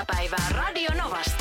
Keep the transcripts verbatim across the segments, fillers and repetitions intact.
iltapäivää Radio Novasta.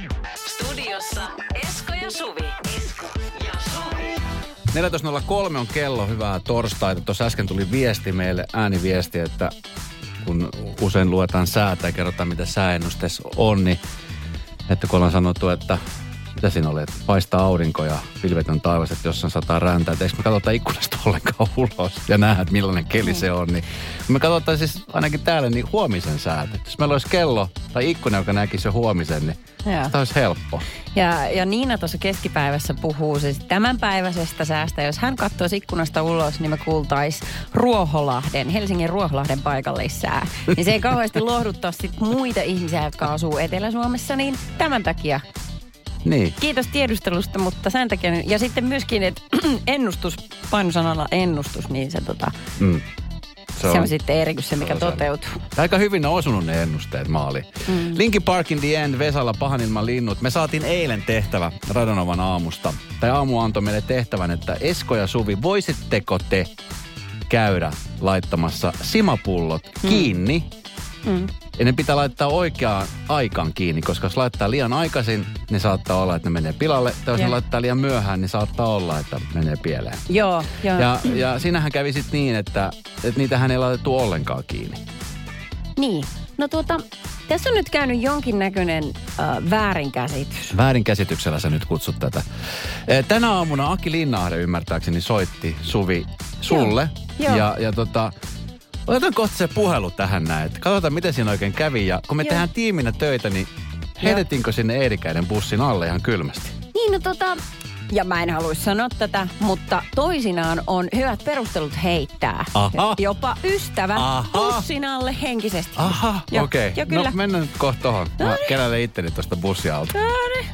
Studiossa Esko ja Suvi. Esko ja Suvi. neljätoista nolla kolme on kello. Hyvää torstaita. Tuossa äsken tuli viesti meille, ääniviesti, että kun usein luetaan säätä ja kerrotaan, mitä sääennusteessa on, niin että kun ollaan sanottu, että mitä siinä oli, että paistaa aurinko ja pilvetön taivas, että jossain sataa räntää. Että eikö me katsotaan ikkunasta ollenkaan ulos ja nähdä, että millainen keli se on. Niin kun me katsotaan siis ainakin täällä, niin huomisen säät. Että jos meillä olisi kello tai ikkuna, joka näkisi jo huomisen, niin tämä olisi helppo. Ja, ja Niina tuossa keskipäivässä puhuu siis tämänpäiväisestä säästä. Jos hän katsoisi ikkunasta ulos, niin me kuultaisiin Ruoholahden, Helsingin Ruoholahden paikallissää. Niin se ei kauheasti lohduttaa sit muita ihmisiä, jotka asuu Etelä-Suomessa, niin tämän takia. Niin. Kiitos tiedustelusta, mutta sen takia, ja sitten myöskin, että ennustus, painosanalla ennustus, niin se tota, Mm. se, on, se on sitten eri kuin se, mikä se toteutuu. Aika hyvin on osunut ne ennusteet maaliin. Mm. Linkin Park in the End, Vesalla Pahan ilman linnut. Me saatiin eilen tehtävä Radonovan aamusta. Tai aamu antoi meille tehtävän, että Esko ja Suvi, voisitteko te käydä laittamassa simapullot mm. kiinni? Mm. Ja ne pitää laittaa oikeaan aikaan kiinni, koska jos laittaa liian aikaisin, niin saattaa olla, että ne menee pilalle. Tai jos ja. ne laittaa liian myöhään, niin saattaa olla, että menee pieleen. Joo, joo. Ja, ja siinähän kävi sitten niin, että, että niitähän ei laitettu ollenkaan kiinni. Niin. No tuota, tässä on nyt käynyt jonkinnäköinen äh, väärinkäsitys. Väärinkäsityksellä sä nyt kutsut tätä. Tänä aamuna Aki Linnahde ymmärtääkseni soitti Suvi sulle. Joo. Joo. Ja, ja tota... Otetaan kohta se puhelu tähän näin, että katsotaan miten siinä oikein kävi. Ja kun me Joo. tehdään tiiminä töitä, niin heitettiinkö sinne Eerikäinen bussin alle ihan kylmästi? Niin, no tota, ja mä en haluaisi sanoa tätä, mutta toisinaan on hyvät perustelut heittää. Aha. Jopa ystävä Aha. bussin alle henkisesti. Aha, okei. Okay. No mennään nyt kohta tohon. Mä Noniin. keräilen itteni tuosta bussialta. Noniin.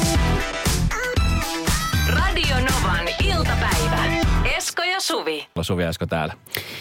Radio Novan iltapäivä. Esko ja Suvi. Suvi Esko täällä.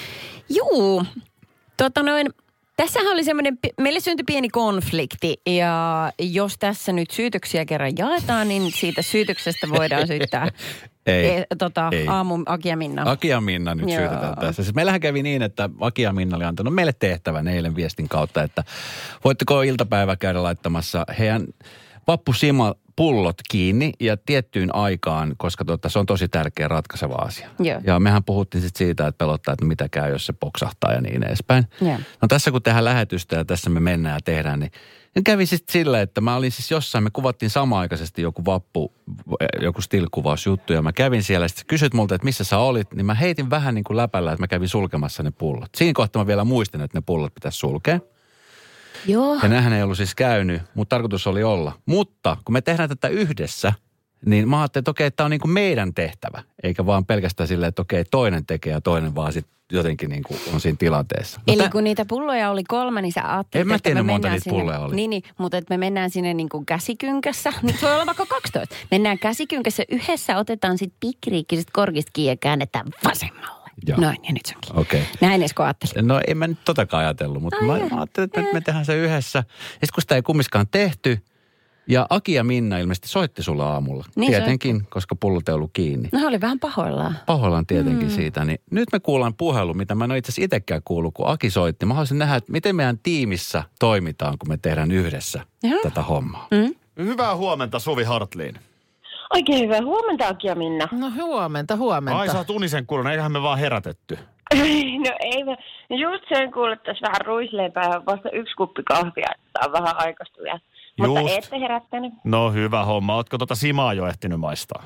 Juu, tota noin, tässähän oli semmoinen, meille syntyi pieni konflikti ja jos tässä nyt syytöksiä kerran jaetaan, niin siitä syytöksestä voidaan syyttää ei, e, tota, ei. aamun Aki ja Minna. Aki ja Minna nyt Joo. syytetään tässä. Siis meillähän kävi niin, että Aki ja Minna oli antanut meille tehtävän eilen viestin kautta, että voitteko iltapäivä käydä laittamassa heidän vappusima pullot kiinni ja tiettyyn aikaan, koska tuota, se on tosi tärkeä ratkaiseva asia. Joo. Ja mehän puhuttiin sitten siitä, että pelottaa, että mitä käy, jos se poksahtaa ja niin edespäin. Joo. No tässä kun tehdään lähetystä ja tässä me mennään ja tehdään, niin kävi sitten silleen, että mä olin siis jossain, me kuvattiin samaaikaisesti joku vappu, joku stillkuvausjuttu ja mä kävin siellä ja sitten kysyt multa, että missä sä olit, niin mä heitin vähän niin kuin läpällä, että mä kävin sulkemassa ne pullot. Siinä kohtaa mä vielä muistin, että ne pullot pitäisi sulkea. Joo. Ja nämähän ei ollut siis käynyt, mutta tarkoitus oli olla. Mutta kun me tehdään tätä yhdessä, niin mä ajattelin, että okei, tämä on niin kuin meidän tehtävä. Eikä vaan pelkästään silleen, että okei, toinen tekee ja toinen vaan sitten jotenkin niin kuin on siinä tilanteessa. Eli Mutta kun niitä pulloja oli kolme, niin sä ajattelit, en mä että me tiedä, monta mennään niitä sinne, pulloja oli. Niin, niin, mutta että me mennään sinne niin kuin käsikynkässä. Nyt voi olla vaikka kaksitoista. Mennään käsikynkässä yhdessä, otetaan sitten pikriikkisistä korkista kiinni ja käännetään vasemmalle. Joo. Noin, ja nyt se onkin. Okei. Näin Esko ajatteli. No en mä nyt totakaan ajatellut, mutta Ai mä, ja. mä ajattelin, että me, me tehdään se yhdessä. Ja sitten kun sitä ei kummiskaan tehty, ja Aki ja Minna ilmeisesti soitti sulla aamulla. Niin tietenkin, soitti. koska pullot ei ollut kiinni. No he oli vähän pahoillaan. Pahoillaan tietenkin mm. siitä. Niin nyt me kuullaan puhelu, mitä mä en ole itse asiassa itsekään kuullut, kun Aki soitti. Mä haluaisin nähdä, että miten meidän tiimissä toimitaan, kun me tehdään yhdessä Joo. tätä hommaa. Mm. Hyvää huomenta, Suvi Hartliin. Oikein hyvää huomenta, Aki ja Minna. No huomenta, huomenta. Ai sä oot unisen kuulunut, eiköhän me vaan herätetty. No ei me, just sen kuule, että tässä vähän ruisleipää ja vasta yksi kuppi kahvia, että on vähän aikaista vielä. Mutta Just. ette herättänyt. No hyvä homma. Ootko tota simaa jo ehtinyt maistaa?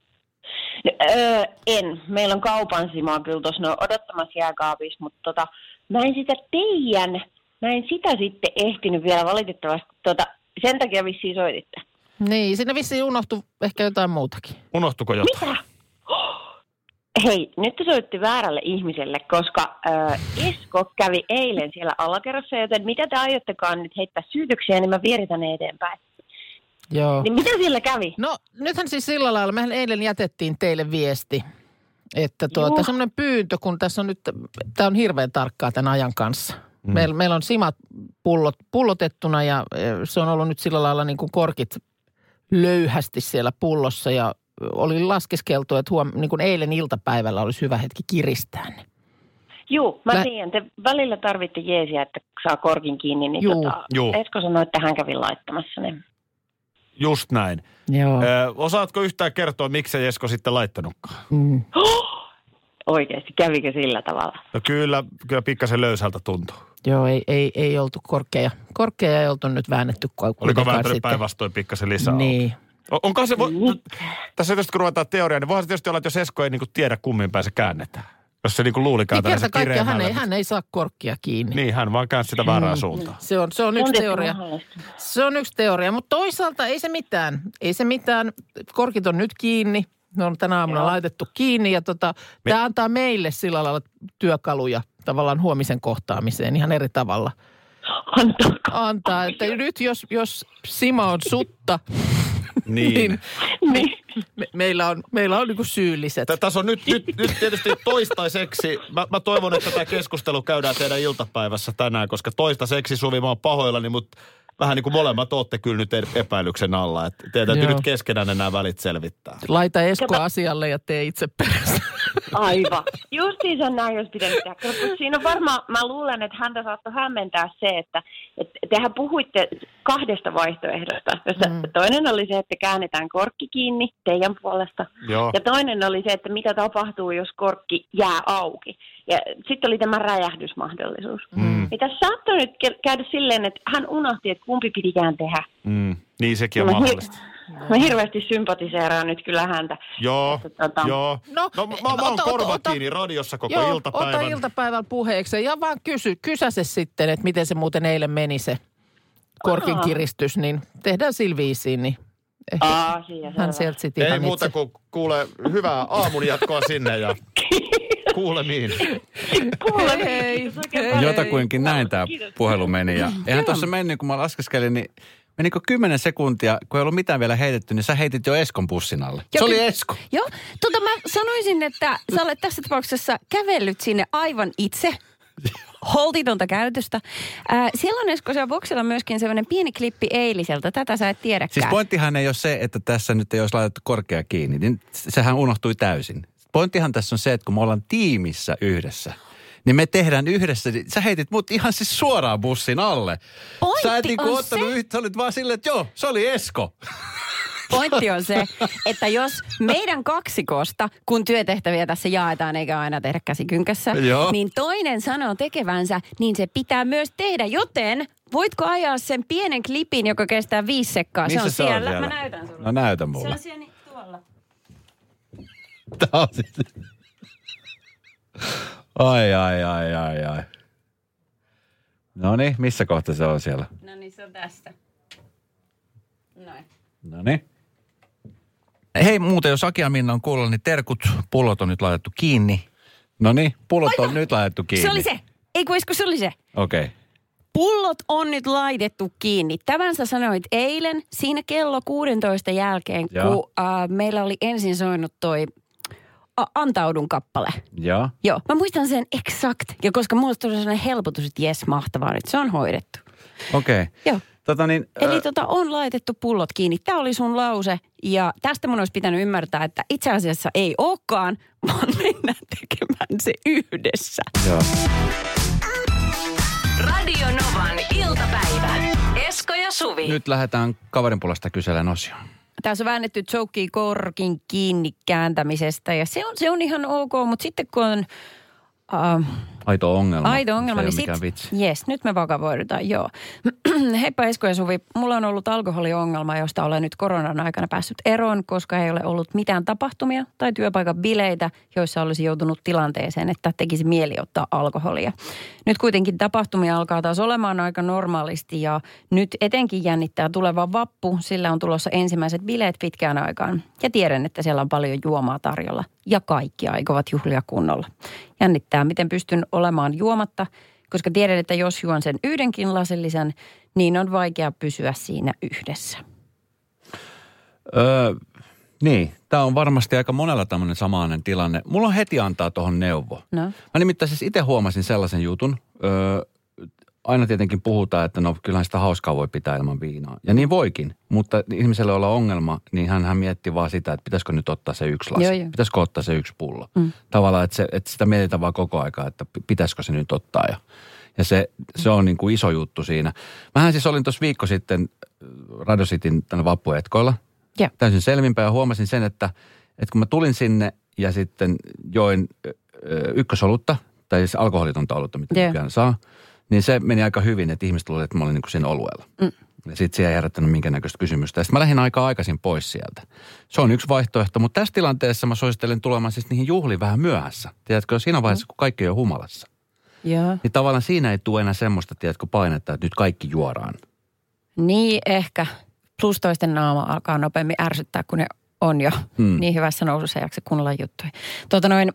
No, öö, en. Meillä on kaupan simaa kyllä tuossa no, odottamassa jääkaapissa, mutta tota, mä en sitä teidän, mä en sitä sitten ehtinyt vielä valitettavasti. Tota, sen takia vissiin soititte. Niin, siinä vissiin unohtui ehkä jotain muutakin. Unohtuko jotain? Mitä? Hei, nyt te soitti väärälle ihmiselle, koska äh, Esko kävi eilen siellä alakerrassa, joten mitä te aiottekaan nyt heittää syytöksiä, niin mä vieritän ne eteenpäin. Joo. Niin mitä siellä kävi? No nythän siis sillä lailla, mehän eilen jätettiin teille viesti, että tuota Juh. semmoinen pyyntö, kun tässä on nyt, tämä on hirveän tarkkaa tämän ajan kanssa. Mm. Meillä, meillä on simat pullot, pullotettuna ja se on ollut nyt sillä lailla niin kuin korkit löyhästi siellä pullossa ja oli laskeskeltu, että huom, niin kuin eilen iltapäivällä olisi hyvä hetki kiristää ne. Juu, mä Lä- tiedän. Te välillä tarvitte jeesiä, että saa korkin kiinni, niin Juu, tota, juu. Esko sanoi, että hän kävi laittamassa ne. Just näin. Joo. Ö, osaatko yhtään kertoa, miksi ei Esko sitten laittanutkaan? Mm. Oikeasti, kävikö sillä tavalla? No kyllä, kyllä pikkasen löysältä tuntuu. Joo, ei, ei, ei oltu korkea. Korkea ei oltu nyt väännetty. Oliko vääntänyt päinvastoin pikkasen lisää? Niin. On, onko se, vo, tässä tietysti kun ruvetaan teoriaa, niin voihan se tietysti olla, että jos Esko ei niinku tiedä kummin päin se käännetään. Jos se niinku luulikaan Niin kerta tällaisen kaikkiaan hän ei, kireemmällä. hän ei saa korkkia kiinni. Niin, hän vaan käänsi sitä väärään suuntaan. Se on, se on yksi tietysti teoria. mahdollista. Se on yksi teoria, mutta toisaalta ei se mitään. Ei se mitään. Korkit on nyt kiinni. Ne on tänä aamuna Joo. laitettu kiinni ja tota, Me- tämä antaa meille sillä lailla työkaluja tavallaan huomisen kohtaamiseen ihan eri tavalla. Antaako? Antaa, että nyt jos, jos Sima on sutta, Niin. niin Niin. me, meillä on, meillä on niinku syylliset. Tä- Tässä on nyt, nyt, nyt tietysti toistaiseksi, mä, mä toivon, että tämä keskustelu käydään teidän iltapäivässä tänään, koska toistaiseksi Suvi, mä oon pahoillani, mutta vähän niin kuin molemmat ootte kyllä nyt epäilyksen alla. Että teidän täytyy Joo. nyt keskenään nämä välit selvittää. Laita Esko Kato. asialle ja tee itse perässä. Aivan. Justiinsa näin olisi pitänyt tehdä. Koska siinä on varmaan, mä luulen, että häntä saattoi hämmentää se, että, että tehän puhuitte kahdesta vaihtoehdosta. Jossa mm. Toinen oli se, että käännetään korkki kiinni teidän puolesta. Joo. Ja toinen oli se, että mitä tapahtuu, jos korkki jää auki. Ja sitten oli tämä räjähdysmahdollisuus. Mm. Ja tässä saattoi nyt ke- käydä silleen, että hän unohti, että kumpi pitikään tehdä. Mm. Niin sekin on Mä, mahdollista. hir- mä hirveästi sympatiseeraan nyt kyllä häntä. Joo, Että tota- joo. No, No, mä, mä oon ota- korva ota- kiinni radiossa koko Joo, iltapäivän. ota iltapäivän puheeksi ja vaan kysy, kysä se sitten, että miten se muuten eilen meni se korkin Aa. kiristys, niin tehdään sillä viisiin, niin ehkä Asia, hän selvä. sieltä sitten Ei ihan muuta itse. kuin kuule hyvää aamun jatkoa sinne ja kuulemiin. Kuule, Hei, kiitos oikein hei. paljon. Jotakuinkin näin tämä Kiitos. puhelu meni. Ja eihän tuossa mennyt, kun mä laskeskelin, niin menikö kymmenen sekuntia, kun ei ollut mitään vielä heitetty, niin sä heitit jo Eskon pussin alle. Se Joo, oli ky- Esko. Joo, tota mä sanoisin, että sä olet tässä tapauksessa kävellyt sinne aivan itse. Holtitonta käytöstä. Äh, siellä on Esko siellä boksilla myöskin sellainen pieni klippi eiliseltä. Tätä sä et tiedäkään. Siis pointtihan ei ole se, että tässä nyt ei olisi laitettu korkea kiinni, niin sehän unohtui täysin. Pointtihan tässä on se, että kun me ollaan tiimissä yhdessä, niin me tehdään yhdessä. Niin sä heitit mut ihan siis suoraan bussin alle. Pointti Sä et niinku on ottanut se- yhtä, sä olit vaan silleen, että joo, se oli Esko. Pointti on se, että jos meidän kaksikosta, kun työtehtäviä tässä jaetaan eikä aina tehdä käsikynkässä, Joo. niin toinen sanoo tekevänsä, niin se pitää myös tehdä. Joten voitko ajaa sen pienen klipin, joka kestää viisi sekkaa? Missä se on se on siellä. siellä? Mä näytän sulle. No näytä Se mulle. on siellä niin, tuolla. Tää on siis... Ai, ai, ai, ai, ai. No niin, missä kohta se on siellä? No niin, se on tästä. Noin. No niin. Hei, muuten jos Aki ja Minna on kuulla, niin terkut, pullot on nyt laitettu kiinni. No niin, pullot on nyt laitettu kiinni. Se oli se. Ei kun Esko, se oli se. Okei. Okay. Pullot on nyt laitettu kiinni. Tämän sä sanoit eilen siinä kello kuusitoista jälkeen, Joo. kun äh, meillä oli ensin soinut toi a, Antaudun kappale. Joo. Joo, mä muistan sen exakt. Ja koska mulla tuli sellainen helpotus, että jes, mahtavaa, nyt se on hoidettu. Okei. Okay. Joo. Tota niin, Eli ö, tota, on laitettu pullot kiinni. Tämä oli sun lause. Ja tästä mun olisi pitänyt ymmärtää, että itse asiassa ei olekaan, vaan mennään tekemään se yhdessä. joo. Radio Novan iltapäivä. Esko ja Suvi. Nyt lähdetään kaverin puolesta kyselen osioon. Tässä on väännetty joke korkin kiinni kääntämisestä ja se on, se on ihan ok, mutta sitten kun on uh, Aito ongelma. aito ongelma, se ei niin ole mikään sitten, vitsi. jes, nyt me vakavoidutaan, joo. Heippa Esko ja Suvi, mulla on ollut alkoholiongelma, josta olen nyt koronan aikana päässyt eroon, koska ei ole ollut mitään tapahtumia tai työpaikan bileitä, joissa olisi joutunut tilanteeseen, että tekisi mieli ottaa alkoholia. Nyt kuitenkin tapahtumia alkaa taas olemaan aika normaalisti ja nyt etenkin jännittää tuleva vappu, sillä on tulossa ensimmäiset bileet pitkään aikaan. Ja tiedän, että siellä on paljon juomaa tarjolla ja kaikki aikovat juhlia kunnolla. Jännittää, miten pystyn olemaan juomatta, koska tiedän, että jos juon sen yhdenkin lasillisen, niin on vaikea pysyä siinä yhdessä. Öö, niin, tämä on varmasti aika monella tämmöinen samainen tilanne. Mulla on heti antaa tuohon neuvo. No. Mä nimittäin siis itse huomasin sellaisen jutun. Öö, aina tietenkin puhutaan, että no kyllähän sitä hauskaa voi pitää ilman viinaa. Ja niin voikin, mutta ihmisellä olla ongelma, niin hän, hän miettii vaan sitä, että pitäisikö nyt ottaa se yksi lasi. Joo, joo. Pitäisikö ottaa se yksi pullo. Mm. Tavallaan, että, se, että sitä mietitään vaan koko aikaa, että pitäisikö se nyt ottaa. Ja, ja se, se on niin kuin iso juttu siinä. Mähän siis olin tuossa viikko sitten Radio Cityn tänne vappuetkoilla. Yeah. Täysin selvinpäin ja huomasin sen, että, että kun mä tulin sinne ja sitten join ö, ykkösolutta, tai siis alkoholitonta olutta, mitä yeah. nykyään saa, niin se meni aika hyvin, että ihmiset luulivat, että mä olin niin kuin siinä olueella. Mm. Ja sitten se ei herättänyt minkäännäköistä kysymystä. Ja sitten mä lähdin aika aikaisin pois sieltä. Se on yksi vaihtoehto, mutta tässä tilanteessa mä suosittelen tulemaan siis niihin juhliin vähän myöhässä. Tiedätkö, siinä vaiheessa, kun kaikki on jo humalassa. Yeah. Niin tavallaan siinä ei tule enää semmoista, tiedätkö, painetta, että nyt kaikki juoraan. Niin ehkä. Plus toisten naama alkaa nopeammin ärsyttää, kun ne on jo hmm. niin hyvässä nousussa ja jaksa kuunnella juttuja. Tuota noin,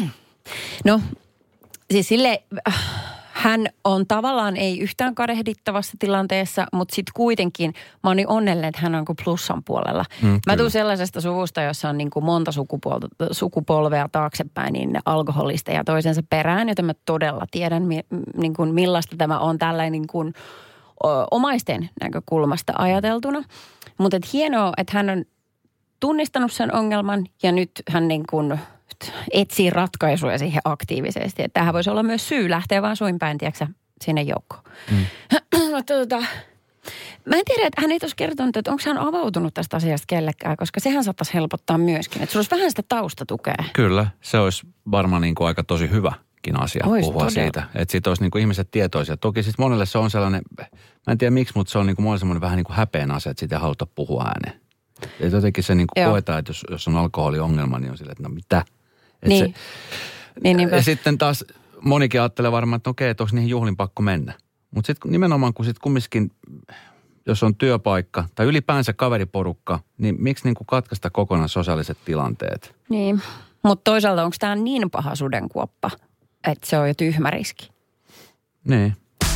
no siis silleen, hän on tavallaan ei yhtään kadehdittavassa tilanteessa, mutta sitten kuitenkin mä oon niin onnellinen, että hän on kuin plussan puolella. Hmm, mä tuun sellaisesta suvusta, jossa on niin kuin monta sukupolvea, sukupolvea taaksepäin, niin alkoholisteja toisensa perään, joten mä todella tiedän, niin kuin millaista tämä on tällainen niin kuin omaisten näkökulmasta ajateltuna. Mutta hienoa, että hän on tunnistanut sen ongelman ja nyt hän niin kuin etsii ratkaisuja siihen aktiivisesti. Että tämähän voisi olla myös syy lähteä vaan suin päin, tiedätkö, sinne joukkoon. Mm. tota, mä en tiedä, että hän ei tuossa kertonut, että onko hän avautunut tästä asiasta kellekään, koska sehän saattaisi helpottaa myöskin. Että sulla olisi vähän sitä taustatukea. Kyllä, se olisi varmaan niin kuin aika tosi hyvä. Asia Ois, puhua todella. Siitä, että siitä olisi niin kuin ihmiset tietoisia. Toki siis monelle se on sellainen, mä en tiedä miksi, mutta se on niin kuin monelle semmoinen vähän niin kuin häpeän asia, että siitä ei haluta puhua ääneen. Ja jotenkin se niin kuin koetaan, että jos, jos on alkoholiongelma, niin on silleen, että no mitä? Että niin. Se, niin, ja sitten taas monikin ajattelee varmaan, että okei, että onko niihin juhlin pakko mennä. Mutta sitten nimenomaan, kun sitten kumminkin, jos on työpaikka tai ylipäänsä kaveriporukka, niin miksi niin kuin katkaista kokonaan sosiaaliset tilanteet? Niin, mutta toisaalta onko tämä niin paha sudenkuoppa? Että se on jo tyhmä riski. Niin.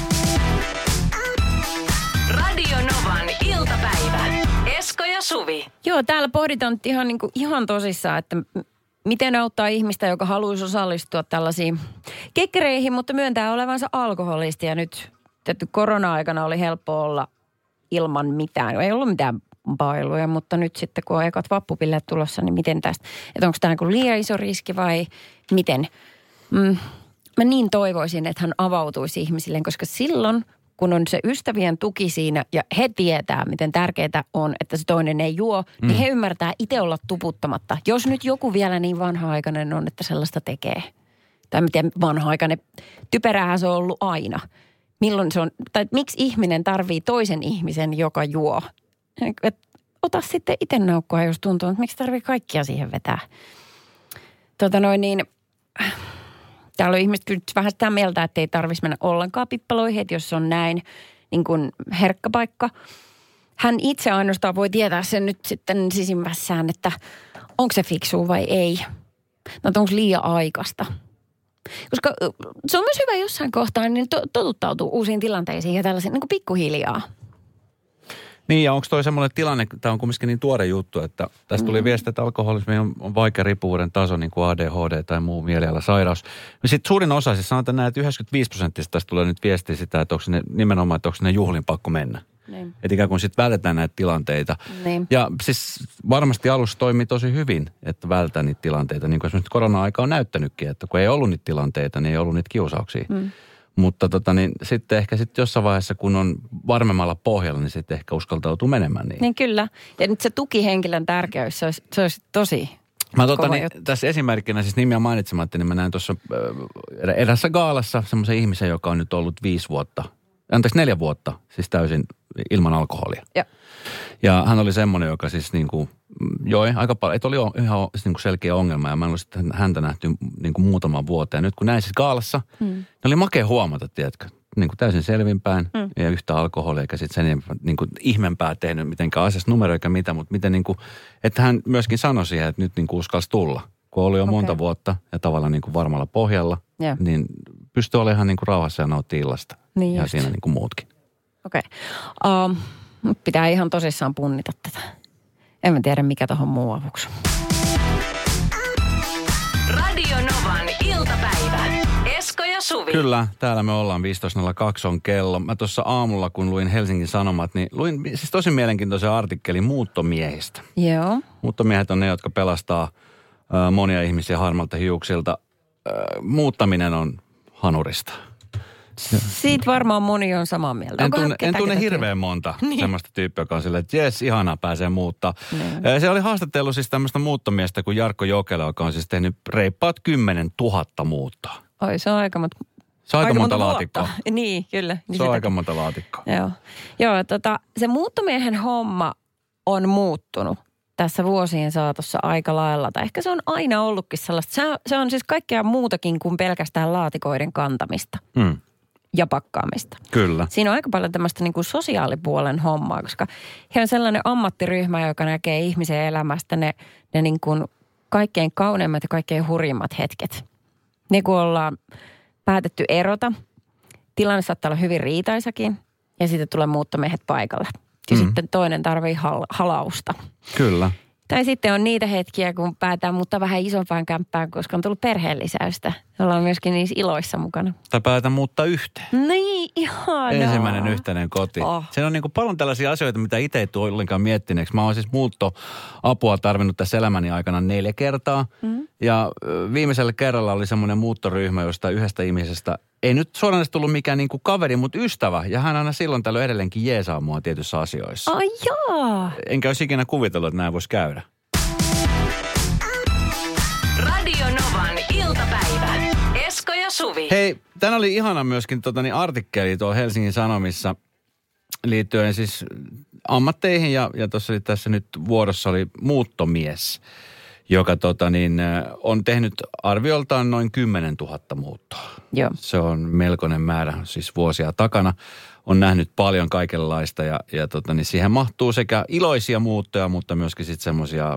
Radio Novan iltapäivä. Esko ja Suvi. Joo, täällä pohditaan ihan, niin kuin, ihan tosissaan, että miten auttaa ihmistä, joka haluaisi osallistua tällaisiin kekkereihin, mutta myöntää olevansa alkoholisti. Ja nyt tietty korona-aikana oli helppo olla ilman mitään. Ei ollut mitään bailuja, mutta nyt sitten kun on ekat vappupilleet tulossa, niin miten tästä? Että onko tämä niin liian iso riski vai miten? Mm, mä niin toivoisin, että hän avautuisi ihmisille, koska silloin, kun on se ystävien tuki siinä ja he tietää, miten tärkeää on, että se toinen ei juo, mm. niin he ymmärtää itse olla tuputtamatta. Jos nyt joku vielä niin vanha-aikainen on, että sellaista tekee. Tai miten vanha-aikainen, typeräähän se on ollut aina. Milloin se on, tai miksi ihminen tarvii toisen ihmisen, joka juo? Et ota sitten itse naukkoa, jos tuntuu, että miksi tarvii kaikkia siihen vetää. Tota noin niin... Täällä on ihmiset kyllä vähän sitä mieltä, että ei tarvitsisi mennä ollenkaan pippaloihin, että jos on näin niin kuin herkkä paikka. Hän itse ainoastaan voi tietää sen nyt sitten sisimmässään, että onko se fiksua vai ei. No, onko liian aikaista. Koska se on myös hyvä jossain kohtaa niin to- totuttautuu uusiin tilanteisiin ja tällaisiin niin kuin pikkuhiljaa. Niin, ja onko toi semmoinen tilanne, tämä on kumminkin niin tuore juttu, että tästä tuli mm. viesti, että alkoholismi on, on vaikea riippuvuuden taso, niin kuin A D H D tai muu mielialasairaus. Sitten suurin osa, siis sanotaan näin, että yhdeksänkymmentäviisi prosenttia tästä tulee nyt viestiä sitä, että onko ne nimenomaan, että onko ne juhlin pakko mennä. Niin. Että ikään kuin sitten vältetään näitä tilanteita. Niin. Ja siis varmasti alussa toimii tosi hyvin, että vältetään niitä tilanteita. Niin kuin esimerkiksi korona-aika on näyttänytkin, että kun ei ollut niitä tilanteita, niin ei ollut niitä kiusauksia. Mm. Mutta tota niin, sitten ehkä sitten jossain vaiheessa, kun on varmemmalla pohjalla, niin sitten ehkä uskaltautuu menemään niin. Niin kyllä. Ja nyt se tukihenkilön tärkeys, se olisi, se olisi tosi Mä tota niin, tässä esimerkkinä, siis nimiä mainitsematta, niin mä näin tuossa äh, erässä gaalassa semmoisen ihmisen, joka on nyt ollut viisi vuotta, anteeksi neljä vuotta, siis täysin ilman alkoholia. Ja, ja hän oli semmoinen, joka siis niin kuin joi aika paljon, että oli ihan niin kuin selkeä ongelma ja mä en ollut sitten häntä nähty niin kuin muutaman vuoteen. Ja nyt kun näin siis gaalassa, mm. niin oli makea huomata, tiedätkö, niin kuin täysin selvinpäin mm. ja yhtä alkoholia, eikä sitten sen niin kuin ihmeempää tehnyt mitenkään asiasta numero eikä mitä, mutta miten niin kuin, että hän myöskin sanoi siihen, että nyt niin kuin uskalsi tulla. Kun oli jo okay. monta vuotta ja tavallaan niin kuin varmalla pohjalla, yeah. niin pystyi olemaan ihan niin kuin rauhassa ja nauttia illasta. Niin ja just. Siinä niin kuin muutkin. Okei. Okay. Um, pitää ihan tosissaan punnita tätä. En mä tiedä, mikä tohon muu avuksi. Radio Novan iltapäivä. Esko ja Suvi. Kyllä, täällä me ollaan. viisitoista nolla kaksi on kello. Mä tuossa aamulla, kun luin Helsingin Sanomat, niin luin siis tosi mielenkiintoisen artikkelin muuttomiehistä. Joo. Muuttomiehet on ne, jotka pelastaa äh, monia ihmisiä harmalta hiuksilta. Äh, muuttaminen on hanurista. Siitä varmaan moni on samaa mieltä. En Onkohan tunne, en ketään, tunne ketä hirveän monta Niin. semmoista tyyppiä, joka on silleen, että jes, ihanaa pääsee muuttaa. Niin. Se oli haastatellut siis tämmöistä muuttomiestä kuin Jarkko Jokela, joka on siis tehnyt reippaat kymmenen tuhatta muuttoa. Oi, se on aika monta. Se on aika, aika monta vuotta. laatikkoa. Niin, kyllä. Niin Se on sitä- aika monta laatikkoa. Joo, Joo tota, se muuttomiehen homma on muuttunut tässä vuosien saatossa aika lailla. Tai ehkä se on aina ollutkin sellaista. Se, se on siis kaikkea muutakin kuin pelkästään laatikoiden kantamista Mm, ja pakkaamista. kyllä. Siinä on aika paljon tämmöistä niin kuin sosiaalipuolen hommaa, koska he on sellainen ammattiryhmä, joka näkee ihmisen elämästä ne, ne niin kuin kaikkein kauneimmat ja kaikkein hurjimmat hetket. Ne kun ollaan päätetty erota, tilanne saattaa olla hyvin riitaisakin ja sitten tulee muuttomiehet paikalle. Ja Mm. sitten toinen tarvii hal- halausta. Kyllä. Tai sitten on niitä hetkiä, kun päätään muuttaa vähän isompaan kämppään, koska on tullut perheenlisäystä. Ollaan myöskin niissä iloissa mukana. Tai päätän muuttaa yhteen. Niin, ihanaa. Ensimmäinen yhteinen koti. Oh. Siinä on niin kuin paljon tällaisia asioita, mitä itse ei tule ollenkaan miettineeksi. Mä oon siis muuttoapua tarvinnut tässä elämäni aikana neljä kertaa. Mm. Ja ö, viimeisellä kerralla oli semmoinen muuttoryhmä, josta yhdestä ihmisestä ei nyt suoraan tullut mikään niin kuin kaveri, mutta ystävä. Ja hän aina silloin tällöin edelleenkin jeesaa mua tietyissä asioissa. Ai jaa. Enkä olisi ikinä kuvitellut, että näin voisi käydä. Radio Novan iltapäivä. Esko ja Suvi. Hei, tänään oli ihana myöskin tota, niin artikkeli tuolla Helsingin Sanomissa liittyen siis ammatteihin ja, ja tuossa tässä nyt vuorossa oli muuttomies, joka tota, niin, on tehnyt arvioltaan noin kymmenen tuhatta muuttoa. Joo. Se on melkoinen määrä, siis vuosia takana. On nähnyt paljon kaikenlaista ja, ja tota, niin siihen mahtuu sekä iloisia muuttoja, mutta myöskin sitten semmoisia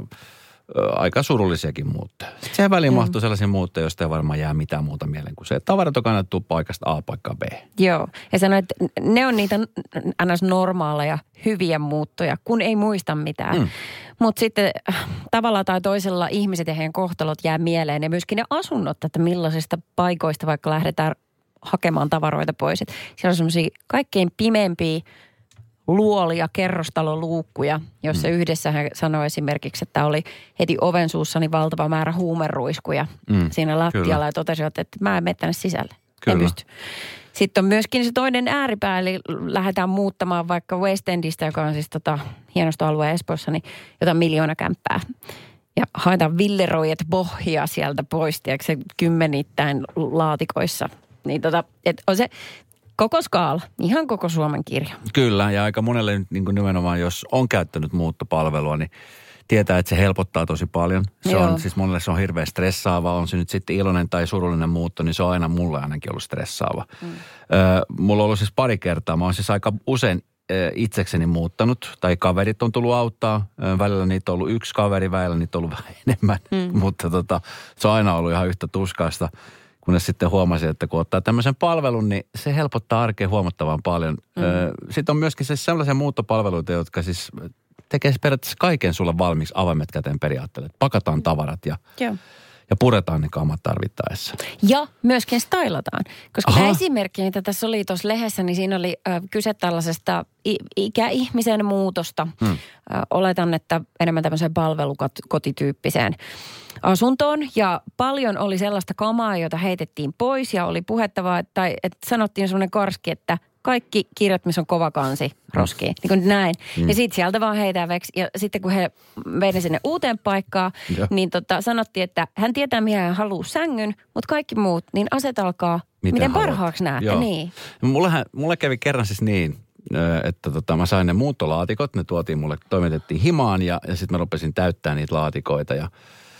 aika surullisiakin muuttoja. Sitten siihen väliin mm. mahtuu sellaisia muuttoja, joista ei varmaan jää mitään muuta mieleen kuin se, että tavarat on kannattu paikasta A paikkaan B. Joo. Ja sanoin, että ne on niitä ns. Normaaleja, hyviä muuttoja, kun ei muista mitään. Mm. Mutta sitten äh, tavalla tai toisella ihmiset ja heidän kohtalot jää mieleen ja myöskin ne asunnot, että millaisista paikoista vaikka lähdetään hakemaan tavaroita pois. Et siellä on semmoisia kaikkein pimeimpiä luolia, kerrostaloluukkuja, jossa mm. yhdessä hän sanoi esimerkiksi, että oli heti oven suussani valtava määrä huumeruiskuja mm. siinä lattialla kyllä. Ja totesi, että mä en mene tänne sisälle. Kyllä. En pysty. Sitten on myöskin se toinen ääripää, eli lähdetään muuttamaan vaikka West Endistä, joka on siis tota hienosta alueen Espoossa, niin jotain miljoona kämppää. Ja haetaan villeroijat bohjaa sieltä pois, tiedätkö se kymmenittäin laatikoissa. Niin tota, et on se koko skaala, ihan koko Suomen kirja. Kyllä, ja aika monelle niin kuin nimenomaan, jos on käyttänyt muuttopalvelua, niin tietää, että se helpottaa tosi paljon. Se Joo. on, siis monelle se on hirveän stressaava. On se nyt sitten iloinen tai surullinen muutto, niin se on aina mulle ainakin ollut stressaava. Mm. Ö, mulla on ollut siis pari kertaa. Mä oon siis aika usein ö, itsekseni muuttanut, tai kaverit on tullut auttaa. Ö, välillä niitä on ollut yksi kaveri, välillä niitä on ollut vähän enemmän. Mm. Mutta tota, se on aina ollut ihan yhtä tuskaista. Kunnes sitten huomasin, että kun ottaa tämmöisen palvelun, niin se helpottaa arkea huomattavan paljon. Mm. Sitten on myöskin siis sellaisia muuttopalveluita, jotka siis tekee periaatteessa kaiken sulle valmiiksi avaimet käteen periaatteelle. Pakataan tavarat ja, Joo. ja puretaan ne kamat tarvittaessa. Ja myöskin stylataan. Koska Aha. tämä esimerkki, mitä tässä oli tuossa lehdessä, niin siinä oli äh, kyse tällaisesta i- ikäihmisen muutosta. Hmm. Äh, oletan, että enemmän tämmöiseen palvelukotityyppiseen asuntoon. Ja paljon oli sellaista kamaa, jota heitettiin pois ja oli puhettavaa, tai että sanottiin semmoinen karski, että kaikki kirjat, missä on kova kansi, roskii. Niin kuin näin. Mm. Ja sitten sieltä vaan heitään veksi. Ja sitten kun he veivät sinne uuteen paikkaan, ja. niin tota, sanottiin, että hän tietää, mihin hän haluaa sängyn, mutta kaikki muut, niin asetelkaa, miten, miten parhaaksi näette. Joo. Niin. Mullehän, mulle kävi kerran siis niin, että tota, mä sain ne muuttolaatikot, ne tuotiin mulle, toimitettiin himaan ja, ja sitten mä rupesin täyttämään niitä laatikoita. Ja,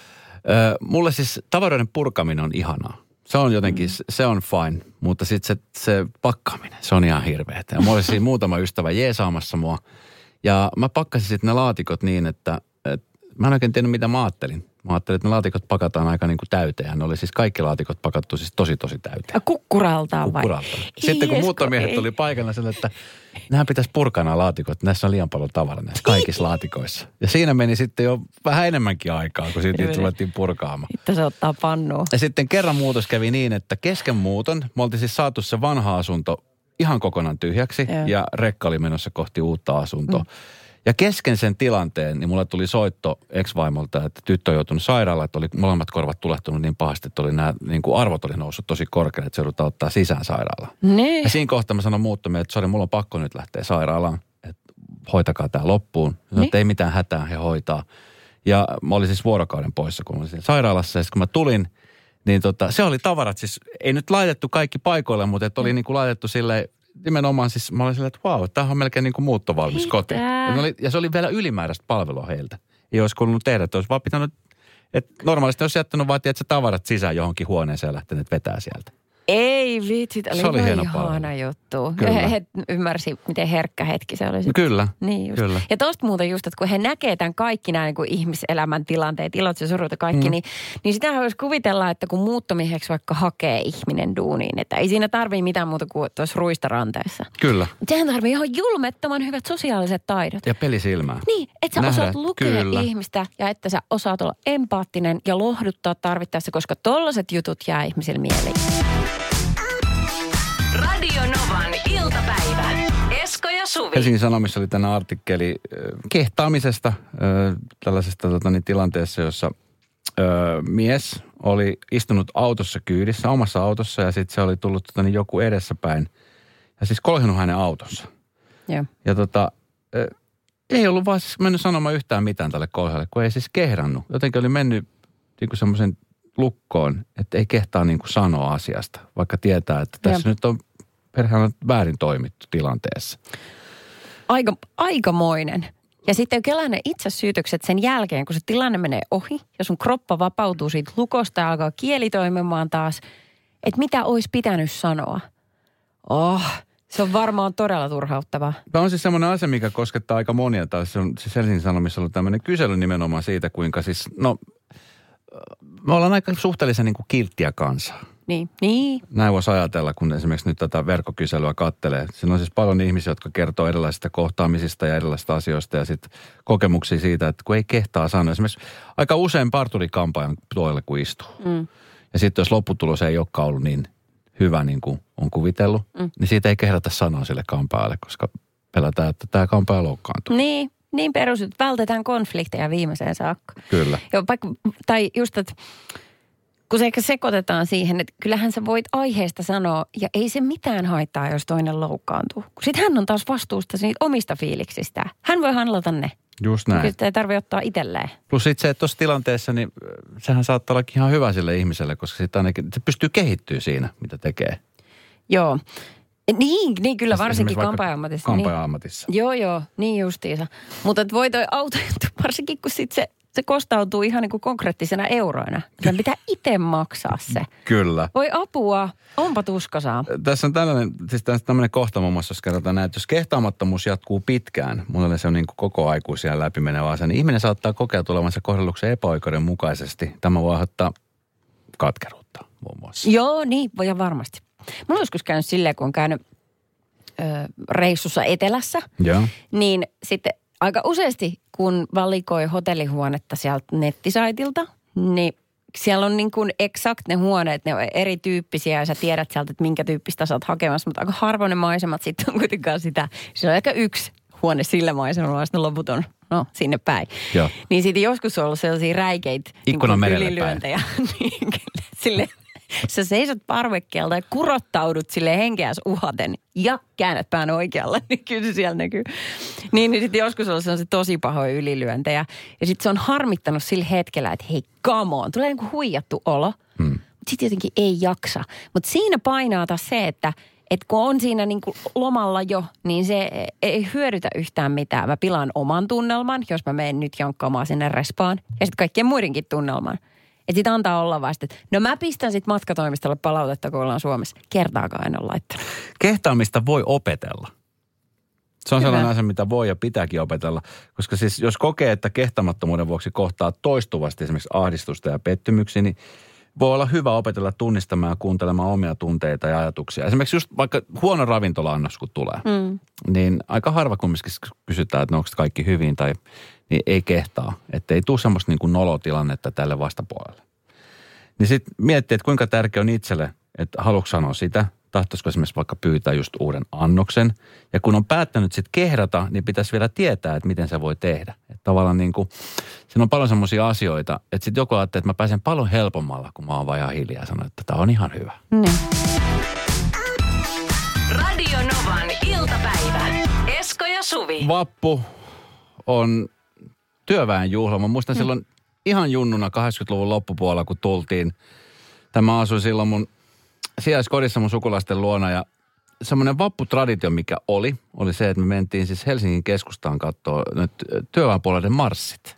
ö, mulle siis tavaroiden purkaminen on ihanaa. Se on jotenkin, mm. se on fine, mutta sitten se, se pakkaaminen, se on ihan hirveetä. Ja mulla oli siinä muutama ystävä jeesaamassa mua. Ja mä pakkasin sitten ne laatikot niin, että, että mä en oikein tiennyt, mitä mä ajattelin. Mä ajattelin, että ne laatikot pakataan aika niin kuin täyteen. Ne oli siis kaikki laatikot pakattu siis tosi tosi täyteen. Kukkuraltaan vai? Kukkuraltaan. Sitten kun Esko, muuttomiehet ei. tuli paikalla sille, että nämä pitäisi purkaa nämä laatikot. Näissä on liian paljon tavaraa näissä kaikissa laatikoissa. Ja siinä meni sitten jo vähän enemmänkin aikaa, kun siitä niitä ruvettiin purkaamaan. Sitten se ottaa pannua. Ja sitten kerran muutos kävi niin, että kesken muuton me oltiin siis saatu se vanha asunto ihan kokonaan tyhjäksi Joo. ja rekka oli menossa kohti uutta asuntoa. Mm. Ja kesken sen tilanteen, niin mulle tuli soitto ex-vaimolta, että tyttö on joutunut sairaalaan, että oli molemmat korvat tulehtunut niin pahasti, että oli nämä niin kuin arvot oli noussut tosi korkealle, että se joudutaan ottaa sisään sairaalaan. Niin. Ja siinä kohtaa mä sanoin muuttomia, että sori, mulla on pakko nyt lähteä sairaalaan, että hoitakaa tämä loppuun. Sanoin, että ei mitään hätää, he hoitaa. Ja mä olin siis vuorokauden poissa, kun mä olin sairaalassa, ja sitten kun mä tulin, niin tota, se oli tavarat, siis ei nyt laitettu kaikki paikoille, mutta että oli niin kuin laitettu silleen, nimenomaan siis mä olin silleen, että vau, tämä on melkein niin kuin muuttovalmis koti. Ja, oli, ja se oli vielä ylimääräistä palvelua heiltä. Ei olisi kuulunut tehdä, että olisi vaan pitänyt, että normaalisti olisi jättänyt vaan, että sä tavarat sisään johonkin huoneeseen ja lähtenyt vetää sieltä. Ei vitsit, oli, Se oli hieno ihana palvelu. juttu. Kyllä. He, he ymmärsi, miten herkkä hetki se oli. Sit. Kyllä, Niin just. kyllä. Ja tosta muuten just, että kun he näkee tämän kaikki nämä niin kuin ihmiselämän tilanteet, ilot ja surut ja kaikki, mm. niin, niin sitähän voisi kuvitella, että kun muuttomieheksi vaikka hakee ihminen duuniin, että ei siinä tarvii mitään muuta kuin tuossa ruistaranteessa. Kyllä. Sehän tarvii ihan julmettoman hyvät sosiaaliset taidot. Ja pelisilmää. Niin, että sä Nähdä, osaat lukea kyllä. ihmistä ja että sä osaat olla empaattinen ja lohduttaa tarvittaessa, koska tollaset jutut jää ihmisille mieliin. Radio Novan iltapäivä. Esko ja Suvi. Helsingin Sanomissa oli tänä artikkeli äh, kehtaamisesta, äh, tällaisesta tota, niin, tilanteessa, jossa äh, mies oli istunut autossa kyydissä, omassa autossa, ja sitten se oli tullut tota, niin, joku edessäpäin ja siis kolhinut hänen autossa. Joo. Ja tota, äh, ei ollut vaan siis mennyt sanomaan yhtään mitään tälle kolhalle, kun ei siis kehdannut. Jotenkin oli mennyt niin kuin semmoisen lukkoon, että ei kehtaa niin kuin sanoa asiasta, vaikka tietää, että tässä Joo. nyt on perhana väärin toimittu tilanteessa. Aika, aikamoinen. Ja sitten kelaa ne itse syytökset sen jälkeen, kun se tilanne menee ohi ja sun kroppa vapautuu siitä lukosta ja alkaa kieli toimimaan taas, että mitä olisi pitänyt sanoa. Oh, se on varmaan todella turhauttavaa. Tämä on siis semmoinen asia, mikä koskettaa aika monia. Taas se on siis Helsingin Sanomissa ollut tämmöinen kysely nimenomaan siitä, kuinka siis, no, me ollaan aika suhteellisen niin kuin kilttiä kansaa. Niin, niin. Näin voisi ajatella, kun esimerkiksi nyt tätä verkkokyselyä kattelee. Siinä on siis paljon ihmisiä, jotka kertoo erilaisista kohtaamisista ja erilaisista asioista ja sitten kokemuksia siitä, että kun ei kehtaa sanoa. Esimerkiksi aika usein parturikampaajan tuolle, kun istuu. Mm. Ja sitten jos lopputulos ei olekaan ollut niin hyvä, niin kuin on kuvitellut, mm. niin siitä ei kehdata sanoa sille kampaajalle, koska pelätään, että tämä kampaaja loukkaantuu. Niin, niin perus, että vältetään konflikteja viimeiseen saakka. Kyllä. Joo, vaikka, tai just, että kun se ehkä sekoitetaan siihen, että kyllähän sä voit aiheesta sanoa, ja ei se mitään haittaa, jos toinen loukkaantuu. Sitten hän on taas vastuusta siitä omista fiiliksistä. Hän voi handlata ne. Just näin. Kyllä sitä ei tarvitse ottaa itselleen. Plus sitten se, että tuossa tilanteessa, niin sehän saattaa olla ihan hyvä sille ihmiselle, koska sitten ainakin se pystyy kehittyä siinä, mitä tekee. Joo. Niin, niin kyllä Siis varsinkin esimerkiksi vaikka kampaaja-ammatissa. kampaaja-ammatissa. Niin. Joo, joo, niin justiinsa. Mutta voi toi autojuttu, varsinkin kun sit se, se kostautuu ihan niin kuin konkreettisena euroina. Kyllä pitää itse maksaa se. Kyllä. Voi apua, onpa tuskasaa. Tässä on tällainen, siis tämmöinen kohta muun muassa, jos kerrotaan näin, että jos kehtaamattomuus jatkuu pitkään, mulle se on niin kuin koko aikuisia läpimenevä asia, niin ihminen saattaa kokea tulevansa kohdelluksi epäoikeudenmukaisesti. Tämä voi aiheuttaa katkeruutta muun muassa. Joo, niin, voi ja varmasti. Mulla on joskus käynyt silleen, kun on käynyt ö, reissussa etelässä, Joo. niin sitten aika useasti, kun valikoi hotellihuonetta sieltä nettisaitilta, niin siellä on niin kuin eksakt ne huoneet, ne on erityyppisiä ja sä tiedät sieltä, että minkä tyyppistä sä oot hakemassa, mutta aika harvoin ne maisemat sitten on kuitenkaan sitä. Siellä on ehkä yksi huone sillä maisemalla ja sitten loput on, no, sinne päin. Joo. Niin sitten joskus on ollut sellaisia räikeitä Ikkunan merelle ylilyöntejä. Niin, kyllä, silleen. Sä seisot parvekkeelta ja kurottaudut sille henkeäs uhaten ja käännät pään oikealle, niin kyllä se siellä näkyy. Niin, niin sitten joskus on se tosi pahoja ylilyöntejä. Ja sitten se on harmittanut sillä hetkellä, että hei, come on. Tulee niin kuin huijattu olo, hmm. mutta sitten jotenkin ei jaksa. Mutta siinä painaa taas se, että et kun on siinä niin kuin lomalla jo, niin se ei hyödytä yhtään mitään. Mä pilaan oman tunnelman, jos mä menen nyt jankkaamaan sinne respaan. Ja sitten kaikkien muidenkin tunnelman. Että sit antaa olla vasta, että no mä pistän sit matkatoimistolle palautetta, kun ollaan Suomessa. Kertaakaan en ole laittanut. Kehtaamista voi opetella. Se on Hyvä. sellainen asia, mitä voi ja pitääkin opetella. Koska siis jos kokee, että kehtamattomuuden vuoksi kohtaa toistuvasti esimerkiksi ahdistusta ja pettymyksiä, niin voi olla hyvä opetella tunnistamaan ja kuuntelemaan omia tunteita ja ajatuksia. Esimerkiksi just vaikka huono ravintola-annos, kun tulee, mm. niin aika harva kumminkin kysytään, että onko kaikki hyvin tai niin ei kehtaa. Että ei tule semmoista niin kuin nolotilannetta tälle vastapuolelle. Niin sitten miettii, että kuinka tärkeä on itselle, että haluatko sanoa sitä, tahtoisiko esimerkiksi vaikka pyytää just uuden annoksen. Ja kun on päättänyt sitten kehrata, niin pitäisi vielä tietää, että miten se voi tehdä. Että tavallaan niin kuin, siinä on paljon semmoisia asioita, että sitten joku ajattelee, että mä pääsen paljon helpommalla, kun mä oon vaan ihan hiljaa ja sanon, että tämä on ihan hyvä. Niin. Radio Novan iltapäivä. Esko ja Suvi. Vappu on työväenjuhla. Mä muistan mm. silloin ihan junnuna kahdeksankymmentäluvun loppupuolella, kun tultiin. Tämä asui silloin mun sijaiskodissa mun sukulaisten luona ja semmoinen vapputraditio, mikä oli, oli se, että me mentiin siis Helsingin keskustaan katsoa nyt työväenpuolueiden marssit.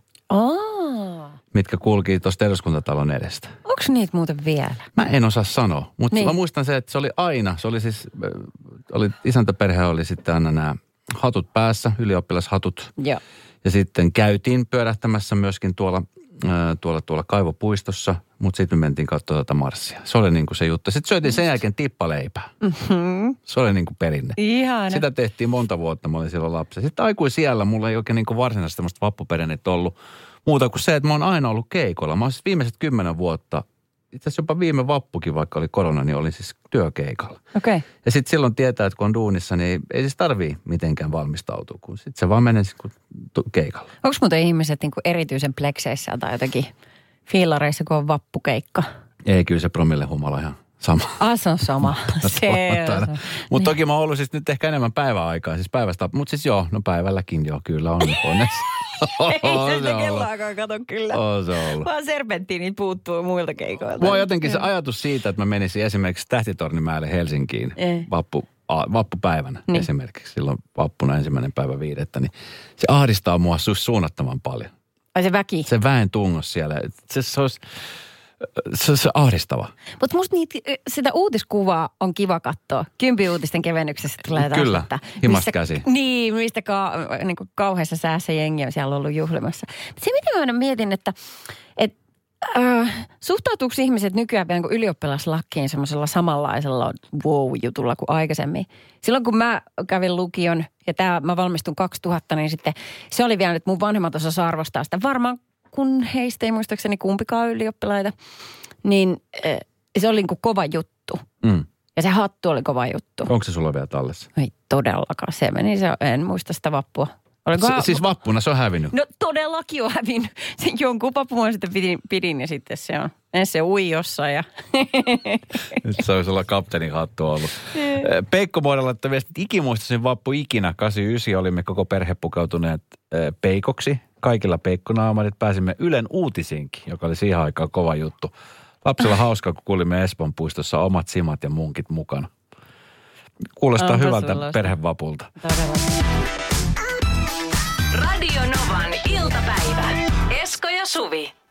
Oh. Mitkä kulki tuosta eduskuntatalon edestä. Onko niitä muuten vielä? Mä en osaa sanoa, mutta niin. Mä muistan se, että se oli aina, se oli siis, oli, isäntäperhe oli sitten aina nämä hatut päässä, ylioppilashatut. Joo. Ja sitten käytiin pyörähtämässä myöskin tuolla, äh, tuolla, tuolla kaivopuistossa, mutta sitten me mentiin katsoa tätä marssia. Se oli niin kuin se juttu. Sitten syötiin sen jälkeen tippaleipää. Mm-hmm. Se oli niin kuin perinne. Ihana. Sitä tehtiin monta vuotta, mä olin silloin lapsi. Sitten aikuisiällä mulla ei oikein niin kuin varsinaisesti semmoista vappuperinnettä ollut muuta kuin se, että mä oon aina ollut keikolla. Mä oon siis viimeiset kymmenen vuotta, itse asiassa jopa viime vappukin, vaikka oli korona, niin olin siis työkeikalla. Okei. Okay. Ja sitten silloin tietää, että kun on duunissa, niin ei siis tarvii mitenkään valmistautua, kun sitten se vaan menee siis keikalla. Onko muuten ihmiset niin kuin erityisen plekseissä tai jotenkin fiilareissa, kun on vappukeikka? Ei, kyllä se promille humala ihan sama. Ah, se on sama. Se on. Mutta toki mä oon ollut siis nyt ehkä enemmän päiväaikaa, siis päivästä. Mutta siis joo, no päivälläkin joo, kyllä on onneksi. Ei se kellaakaan, kato kyllä. On se ollut. Vaan serpenttiinit puuttuu muilta keikoilta. Mulla on jotenkin se ajatus siitä, että mä menisin esimerkiksi Tähtitornimäelle Helsinkiin vappu, a, vappupäivänä niin. Esimerkiksi. Silloin vappuna ensimmäinen päivä viidettä, niin se ahdistaa mua su- suunnattoman paljon. Ai se väki? Se väen tungos siellä. Se, se olisi... Se on se ahdistava. Mutta musta niitä, sitä uutiskuvaa on kiva katsoa. Kympi uutisten kevennyksessä tulee taas. Kyllä, himasta käsi. Niin, mistä ka, niin kuin kauheassa säässä jengi on siellä ollut juhlimassa. Se mitä mä aina mietin, että et, äh, suhtautuuko ihmiset nykyään vielä niin ylioppilaslakkiin semmoisella samanlaisella wow-jutulla kuin aikaisemmin. Silloin kun mä kävin lukion ja tää, mä valmistun kaksituhatta, niin sitten se oli vielä, että mun vanhemmat osasivat arvostaa sitä. Varmaan kun heistä ei muistaakseni kumpikaan ylioppilaita, niin äh, se oli niin kuin kova juttu. Mm. Ja se hattu oli kova juttu. Onko se sulla vielä tallessa? Ei todellakaan. Se meni, se, en muista sitä vappua. Se, siis vappuna se on hävinnyt? No todellakin on hävinnyt. Se jonkun papuan sitten pidin, pidin ja sitten se on. Ensin se ui jossain ja... Nyt se olisi olla kapteenin hattu ollut. Peikko muodolla, että ikimuistasin vappu ikinä. kahdeksankymmentäyhdeksän olimme koko perhe pukautuneet peikoksi. Kaikilla peikkonaamarit pääsimme Ylen uutisiinkin, joka oli siihen aikaan kova juttu. Lapsella hauskaa, kun kuulimme Espoon puistossa omat simat ja munkit mukana. Kuulostaa Onpa hyvältä sulla perhevapulta. Radio Novan iltapäivä. Esko ja Suvi.